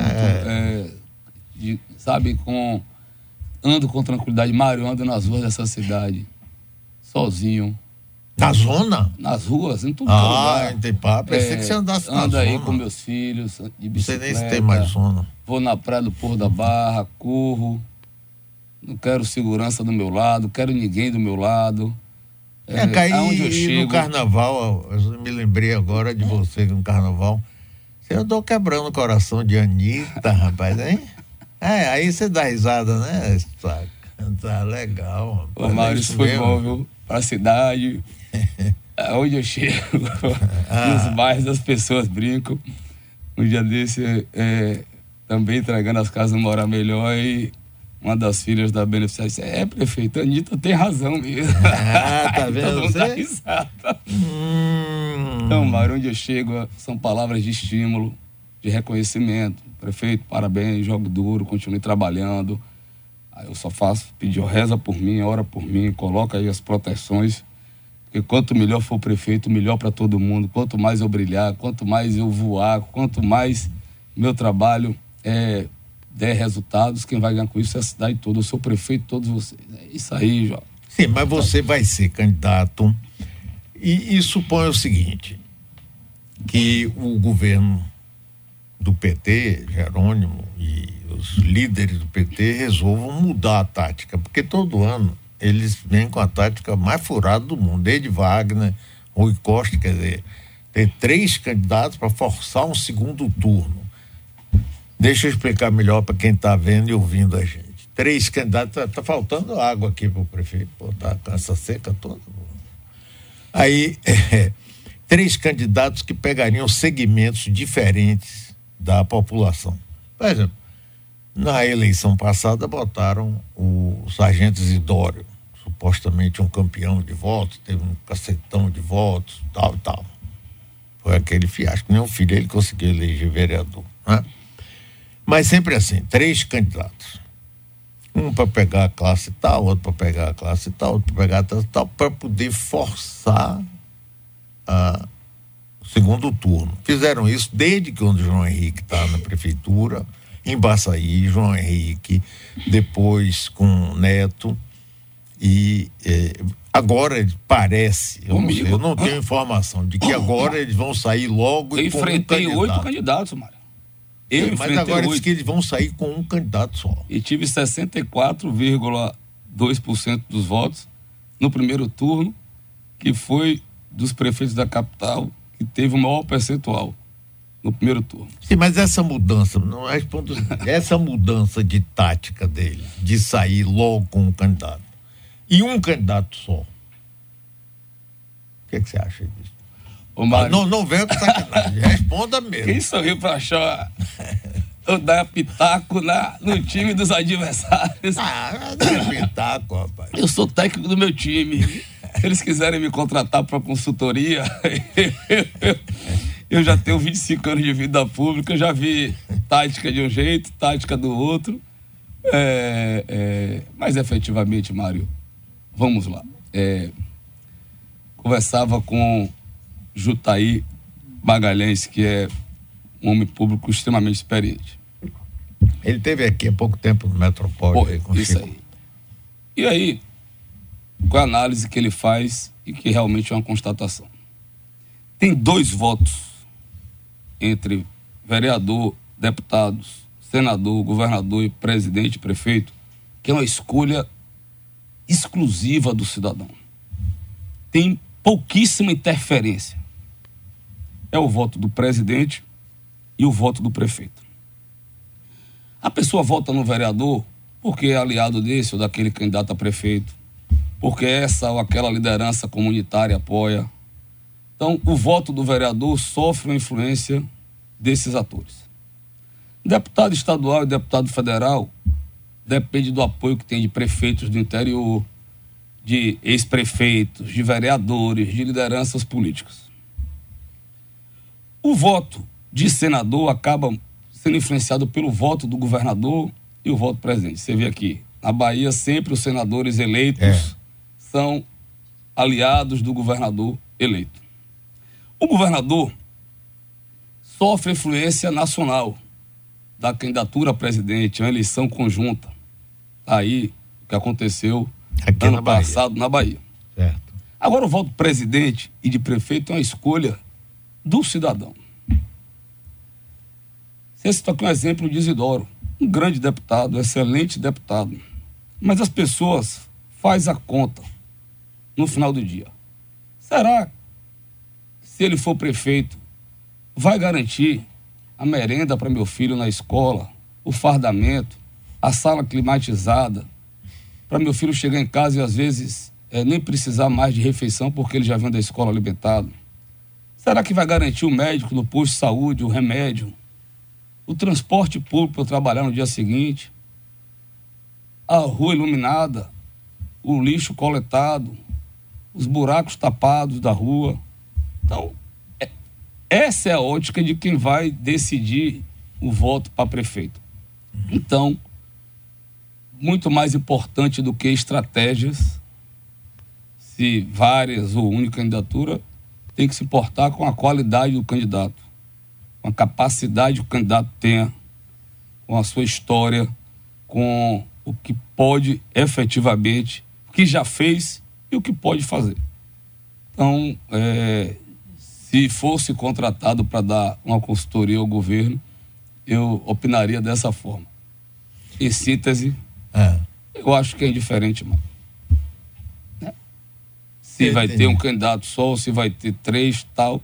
sabe, ando com tranquilidade. Mário, ando nas ruas dessa cidade, sozinho, Na zona? Nas ruas, em tudo que é lugar. Em Itaipava. Pensei que você andasse na Ando zona. aí com meus filhos, de Não sei bicicleta. nem se tem mais zona. Vou na praia do Porto da Barra, corro. Não quero segurança do meu lado, quero ninguém do meu lado. Aonde eu chego. No carnaval, eu me lembrei agora de você no carnaval. Você andou quebrando o coração de Anitta, rapaz, hein? Aí você dá risada, né? Tá legal, rapaz. Ô, Maurício, foi bom, viu? Pra cidade, aonde eu chego, nos bairros as pessoas brincam. Um dia desse, também entregando as casas Morar Melhor, e uma das filhas da beneficiária disse: prefeito, a Anitta tem razão mesmo. Tá vendo? Todo mundo dá risada. Então, Mário, onde eu chego são palavras de estímulo, de reconhecimento. Prefeito, parabéns, jogo duro, continue trabalhando. Aí eu só pedir, reza por mim, ora por mim, coloca aí as proteções, porque quanto melhor for o prefeito, melhor para todo mundo. Quanto mais eu brilhar, quanto mais eu voar, quanto mais meu trabalho der resultados, quem vai ganhar com isso é a cidade toda. Eu sou prefeito de todos vocês. É isso aí, João. Sim, mas você vai ser candidato e supõe o seguinte, que o governo do PT, Jerônimo, e os líderes do PT resolvam mudar a tática, porque todo ano eles vêm com a tática mais furada do mundo, desde Wagner, Rui Costa, quer dizer, tem 3 candidatos para forçar um segundo turno. Deixa eu explicar melhor para quem está vendo e ouvindo a gente. 3 candidatos, tá faltando água aqui para o prefeito, tá com essa seca toda. Aí, 3 candidatos que pegariam segmentos diferentes da população. Por exemplo, na eleição passada botaram o sargento Isidório, supostamente um campeão de votos, teve um cacetão de votos, tal. Foi aquele fiasco, nem o filho dele conseguiu eleger vereador, né? Mas sempre assim, 3 candidatos. Um para pegar a classe tal, outro para pegar a classe tal, outro para pegar a classe tal, para poder forçar o segundo turno. Fizeram isso desde que o João Henrique está na prefeitura, em Baçaí, João Henrique, depois com Neto, e agora parece, eu não tenho informação de que agora eles vão sair logo eu e com um enfrentei candidato. 8 candidatos, Mário. Mas agora diz 8. que eles vão sair com um candidato só. E tive 64,2% dos votos no primeiro turno, que foi dos prefeitos da capital que teve o maior percentual no primeiro turno. Sim, mas essa mudança, não respondo, essa mudança de tática dele, de sair logo com um candidato, e um candidato só, o que você acha disso? Ô, Mário, não venha com sacanagem, responda mesmo. quem sorriu pra achar eu dar pitaco no time dos adversários? Não é pitaco, rapaz. Eu sou técnico do meu time. Se eles quiserem me contratar para consultoria, eu já tenho 25 anos de vida pública, eu já vi tática de um jeito, tática do outro. Mas efetivamente, Mário, vamos lá. Conversava com Jutaí Magalhães, que é um homem público extremamente experiente. Ele esteve aqui há pouco tempo no Metropólio. Isso aí. E aí, qual a análise que ele faz e que realmente é uma constatação? Tem 2 votos entre vereador, deputados, senador, governador e presidente e prefeito, que é uma escolha exclusiva do cidadão. Tem pouquíssima interferência. É o voto do presidente e o voto do prefeito. A pessoa vota no vereador porque é aliado desse ou daquele candidato a prefeito, porque essa ou aquela liderança comunitária apoia. Então, o voto do vereador sofre uma influência desses atores. Deputado estadual e deputado federal depende do apoio que tem de prefeitos do interior, de ex-prefeitos, de vereadores, de lideranças políticas. O voto de senador acaba sendo influenciado pelo voto do governador e o voto do presidente. Você vê aqui, na Bahia sempre os senadores eleitos são aliados do governador eleito. O governador sofre influência nacional da candidatura a presidente, uma eleição conjunta. Aí, o que aconteceu aqui ano passado na Bahia. Certo. Agora, o voto presidente e de prefeito é uma escolha do cidadão. Você citou aqui um exemplo de Isidoro, um grande deputado, um excelente deputado. Mas as pessoas fazem a conta no final do dia. Será que, se ele for prefeito, vai garantir a merenda para meu filho na escola, o fardamento, a sala climatizada, para meu filho chegar em casa e às vezes nem precisar mais de refeição porque ele já vem da escola alimentado? Será que vai garantir o médico no posto de saúde, o remédio, o transporte público para eu trabalhar no dia seguinte, a rua iluminada, o lixo coletado, os buracos tapados da rua? Então, essa é a ótica de quem vai decidir o voto para prefeito. Então, muito mais importante do que estratégias, se várias ou única candidatura, tem que se importar com a qualidade do candidato, com a capacidade que o candidato tenha, com a sua história, com o que pode efetivamente, o que já fez e o que pode fazer. Então, se fosse contratado para dar uma consultoria ao governo, eu opinaria dessa forma. Em síntese, eu acho que é indiferente, mano. Se vai ter um candidato só, se vai ter 3, tal.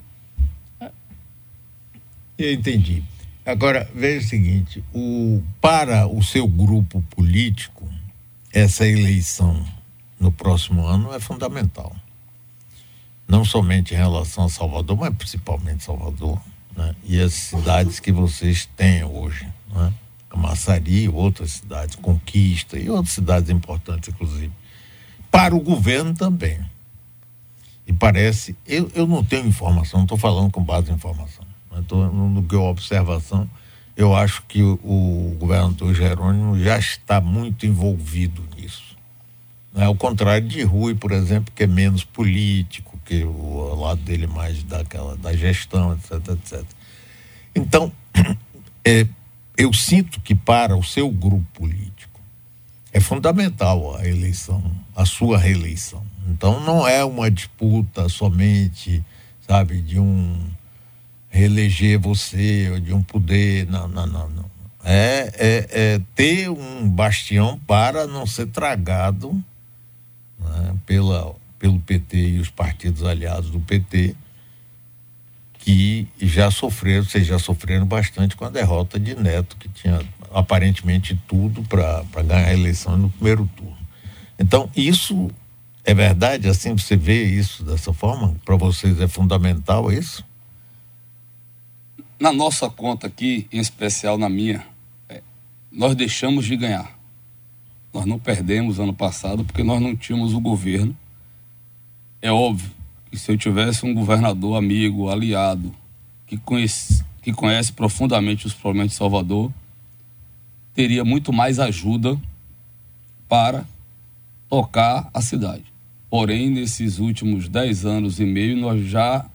Eu entendi. Agora, veja o seguinte, para o seu grupo político, essa eleição no próximo ano é fundamental. Não somente em relação a Salvador, mas principalmente Salvador, né? E as cidades que vocês têm hoje, né? Camaçari, outras cidades, Conquista e outras cidades importantes, inclusive. Para o governo também. E parece, eu não tenho informação, não estou falando com base em informação, estou no que eu observação, eu acho que o governador Jerônimo já está muito envolvido nisso. Ao contrário de Rui, por exemplo, que é menos político, que o lado dele mais da gestão, etc, etc. Então, eu sinto que para o seu grupo político é fundamental a eleição, a sua reeleição. Então, não é uma disputa somente, sabe, de reeleger você ou de um poder, não. É ter um bastião para não ser tragado, né, pelo PT e os partidos aliados do PT, que vocês já sofreram bastante com a derrota de Neto, que tinha aparentemente tudo para ganhar a eleição no primeiro turno. Então, isso é verdade? Assim, você vê isso dessa forma? Para vocês é fundamental isso? Na nossa conta aqui, em especial na minha, nós deixamos de ganhar. Nós não perdemos ano passado porque nós não tínhamos o governo. É óbvio que se eu tivesse um governador amigo, aliado, que conhece profundamente os problemas de Salvador, teria muito mais ajuda para tocar a cidade. Porém, nesses últimos 10 anos e meio, nós já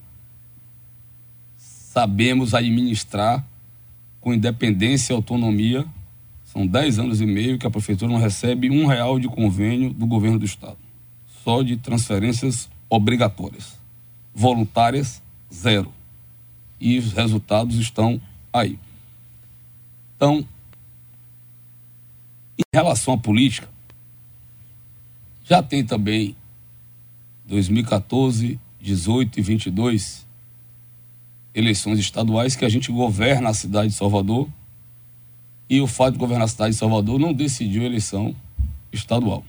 sabemos administrar com independência e autonomia. São 10 anos e meio que a prefeitura não recebe R$1 de convênio do governo do estado. Só de transferências obrigatórias. Voluntárias, 0. E os resultados estão aí. Então, em relação à política, já tem também 2014, 18 e 22 eleições estaduais que a gente governa a cidade de Salvador, e o fato de governar a cidade de Salvador não decidiu a eleição estadual.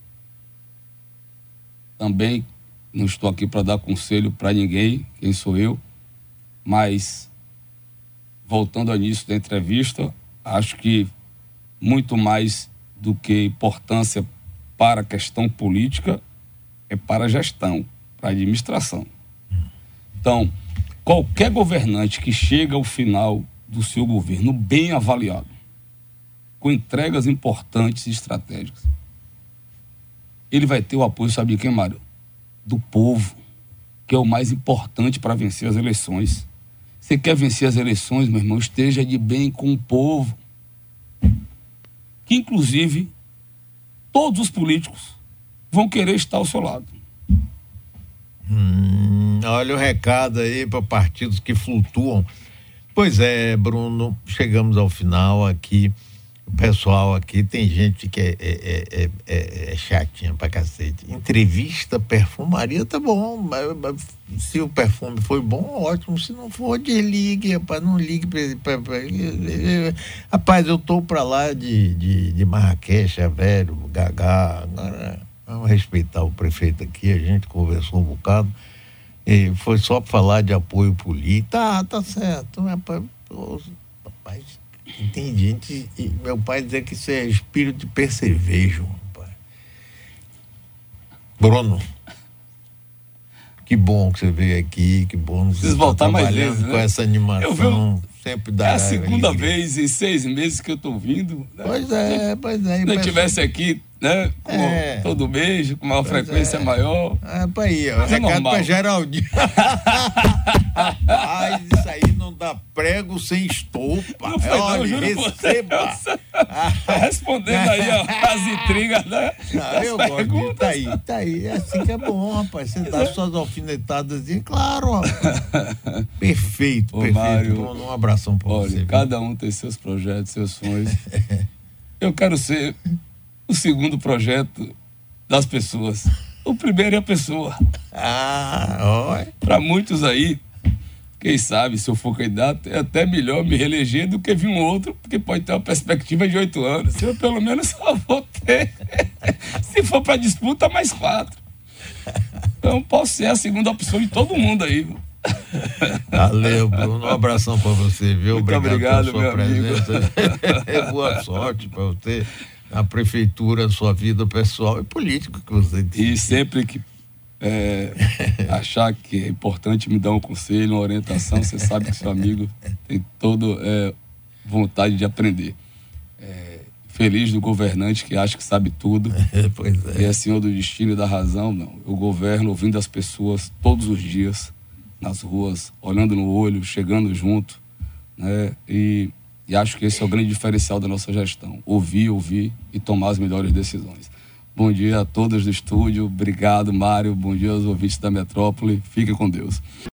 Também não estou aqui para dar conselho para ninguém, quem sou eu, mas voltando ao início da entrevista, acho que muito mais do que importância para a questão política é para a gestão, para a administração. Então, qualquer governante que chega ao final do seu governo bem avaliado, com entregas importantes e estratégicas, ele vai ter o apoio, sabe de quem, Mário? Do povo, que é o mais importante para vencer as eleições. Você quer vencer as eleições, meu irmão, esteja de bem com o povo, que inclusive todos os políticos vão querer estar ao seu lado. Olha o recado aí para partidos que flutuam. Pois é, Bruno, chegamos ao final aqui. O pessoal aqui, tem gente que é chatinha pra cacete. Entrevista, perfumaria, tá bom. Mas se o perfume foi bom, ótimo. Se não for, desligue, rapaz. Não ligue rapaz, eu tô pra lá de Marrakech, velho, Gagá. Agora, vamos respeitar o prefeito aqui. A gente conversou um bocado. E foi só pra falar de apoio político. Tá certo. Rapaz, tem gente, e meu pai dizia que isso é espírito de percevejo, rapaz. Bruno, que bom que você veio aqui, que bom que você está trabalhando com essa animação, sempre dá. É a segunda vez em 6 meses que eu estou vindo. Né? Pois é. Se eu estivesse aqui, né, com todo mês, com uma frequência maior. Para aí, ó, recado para Geraldinho. Rapaz, isso aí não dá prego sem estopa. Não foi, não, juro receba. Respondendo aí, ó, as intrigas, né? Eu gosto. Tá aí. É assim que é bom, rapaz. Você dá suas alfinetadas e, claro, rapaz. Perfeito. Mário, um abração pra você. Cada um tem seus projetos, seus sonhos. Eu quero ser o segundo projeto das pessoas. O primeiro é a pessoa. Para muitos aí, quem sabe, se eu for candidato, é até melhor me reeleger do que vir um outro, porque pode ter uma perspectiva de 8 anos. Eu, pelo menos, só vou ter, se for para disputa, mais 4. Então, posso ser a segunda opção de todo mundo aí. Valeu, Bruno. Um abração para você, viu? Muito obrigado pela sua presença. Boa sorte para você, na prefeitura, sua vida pessoal e política que você tem. E sempre que achar que é importante me dar um conselho, uma orientação, você sabe que seu amigo tem toda vontade de aprender. Feliz do governante que acha que sabe tudo. Pois é. E é senhor do destino e da razão. Não, eu governo ouvindo as pessoas todos os dias, nas ruas, olhando no olho, chegando junto, né? E acho que esse é o grande diferencial da nossa gestão. Ouvir e tomar as melhores decisões. Bom dia a todos do estúdio. Obrigado, Mário. Bom dia aos ouvintes da Metrópole. Fiquem com Deus.